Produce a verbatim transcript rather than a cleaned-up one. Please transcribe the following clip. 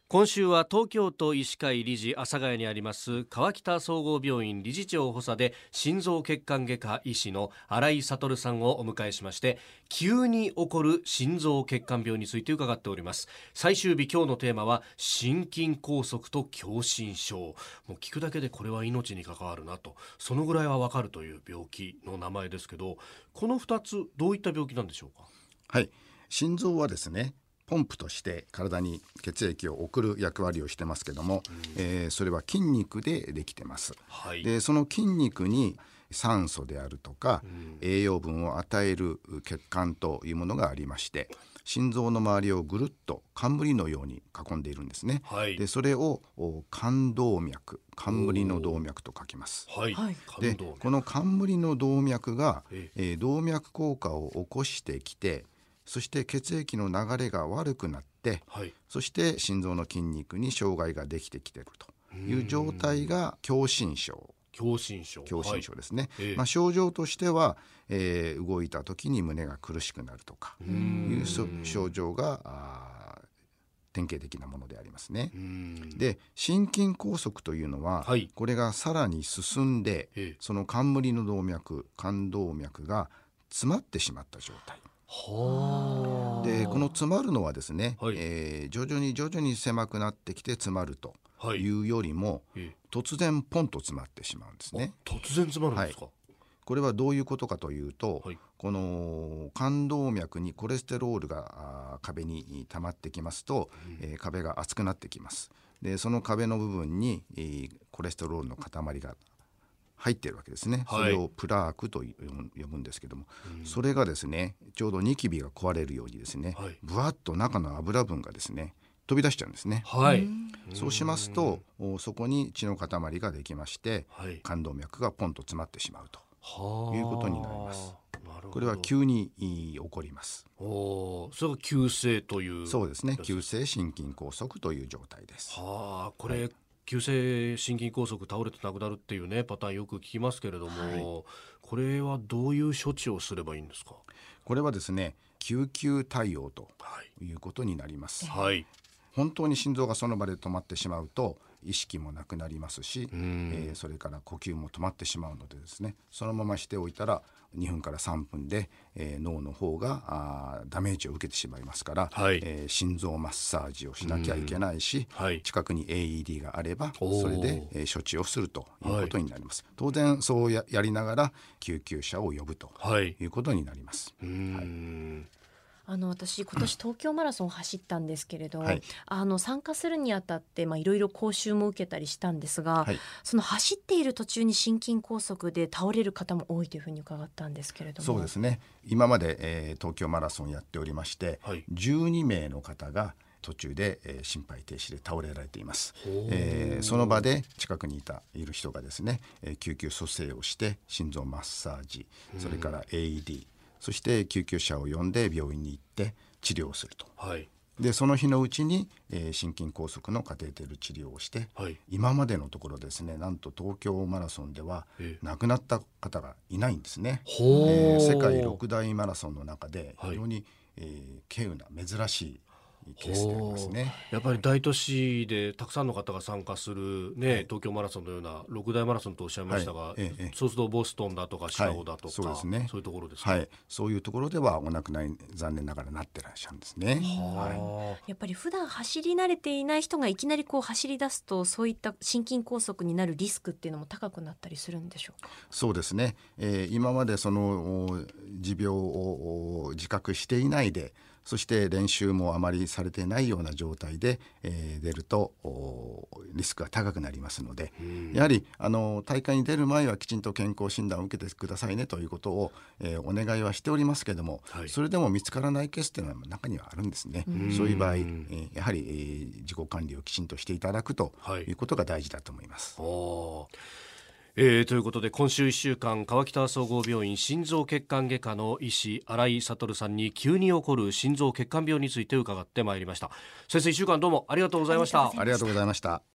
今週は東京都医師会理事阿佐ヶ谷にあります川北総合病院理事長補佐で心臓血管外科医師の新井悟さんをお迎えしまして、急に起こる心臓血管病について伺っております。最終日、今日のテーマは心筋梗塞と狭心症。もう聞くだけでこれは命に関わるなと、そのぐらいはわかるという病気の名前ですけど、このふたつどういった病気なんでしょうか？ はい、心臓はですね、ポンプとして体に血液を送る役割をしてますけども、えー、それは筋肉でできてます、はい、でその筋肉に酸素であるとか、栄養分を与える血管というものがありまして、心臓の周りをぐるっと冠のように囲んでいるんですね、はい、でそれを冠動脈、冠の動脈と書きます、はい、でこの冠の動脈が、えー、動脈硬化を起こしてきて、そして血液の流れが悪くなって、はい、そして心臓の筋肉に障害ができてきているという状態が狭心症。 狭心症。 狭心症ですね、 はい、 まあ、症状としては、えー、動いた時に胸が苦しくなるとかいう症状が典型的なものでありますね。で、心筋梗塞というのは、はい、これがさらに進んで、その冠の動脈、冠動脈が詰まってしまった状態はで、この詰まるのはですね、はい、えー、徐々に徐々に狭くなってきて詰まるというよりも、はい、突然ポンと詰まってしまうんですね。 突然詰まるんですか？ はい、これはどういうことかというと、はい、この冠動脈にコレステロールが壁に溜まってきますと、うん、えー、壁が厚くなってきます。でその壁の部分に、えー、コレステロールの塊が入っているわけですね、はい、それをプラークと呼ぶんですけども、うん、それがですね、ちょうどニキビが壊れるようにですね、はい、ぶわっと中の油分がですね飛び出しちゃうんですね、はい、そうしますとそこに血の塊ができまして、はい、冠動脈がポンと詰まってしまうということになります。これは急に起こります。 お、それが急性という。 そうですね、急性心筋梗塞という状態です。 はあ、これ、はい、急性心筋梗塞倒れて亡くなるっていうねパターンよく聞きますけれども、はい、これはどういう処置をすればいいんですか？ これはですね、救急対応ということになります、はい、本当に心臓がその場で止まってしまうと意識もなくなりますし、えー、それから呼吸も止まってしまうのでですね、そのまましておいたらにふんからさんぷんで、えー、脳の方があダメージを受けてしまいますから、はい、えー、心臓マッサージをしなきゃいけないし、はい、近くに エーイーディー があればそれで、えー、処置をするということになります、はい、当然そう や, やりながら救急車を呼ぶということになります、はい、うーんあの私今年東京マラソンを走ったんですけれど、はい、あの参加するにあたっていろいろ講習も受けたりしたんですが、はい、その走っている途中に心筋梗塞で倒れる方も多いというふうに伺ったんですけれども。 そうですね、今まで、えー、東京マラソンやっておりまして、はい、じゅうにめいの方が途中で、えー、心肺停止で倒れられています、えー、その場で近くにいたいる人がですね、えー、救急蘇生をして心臓マッサージ、それから エーイーディー、そして救急車を呼んで病院に行って治療をすると、はい、でその日のうちに、えー、心筋梗塞のカテーテル治療をして、はい、今までのところですね、なんと東京マラソンでは亡くなった方がいないんですね、えー、世界ろく大マラソンの中で非常に、はい、えー、稀有な珍しいケースでありますね。 やっぱり大都市でたくさんの方が参加する、ね、はい、東京マラソンのようなろく大マラソンとおっしゃいましたが、はい、ええ、そうするとボストンだとかシカゴだとか、はい、そうですね、そういうところですか？ はい、そういうところではお亡くなり残念ながらなってらっしゃるんですね。 はい、やっぱり普段走り慣れていない人がいきなりこう走り出すとそういった心筋梗塞になるリスクっていうのも高くなったりするんでしょうか？ そうですね、えー、今までその持病を自覚していないで、そして練習もあまりされていないような状態で、えー、出るとリスクが高くなりますので、やはりあの大会に出る前はきちんと健康診断を受けてくださいねということを、えー、お願いはしておりますけれども、はい、それでも見つからないケースというのは中にはあるんですね。そういう場合、えー、やはり、えー、自己管理をきちんとしていただくということが大事だと思います。 はい、えー、ということで今週いっしゅうかん川北総合病院心臓血管外科の医師新井悟さんに急に起こる心臓血管病について伺ってまいりました。先生、いっしゅうかんどうもありがとうございました。 ありがとうございました。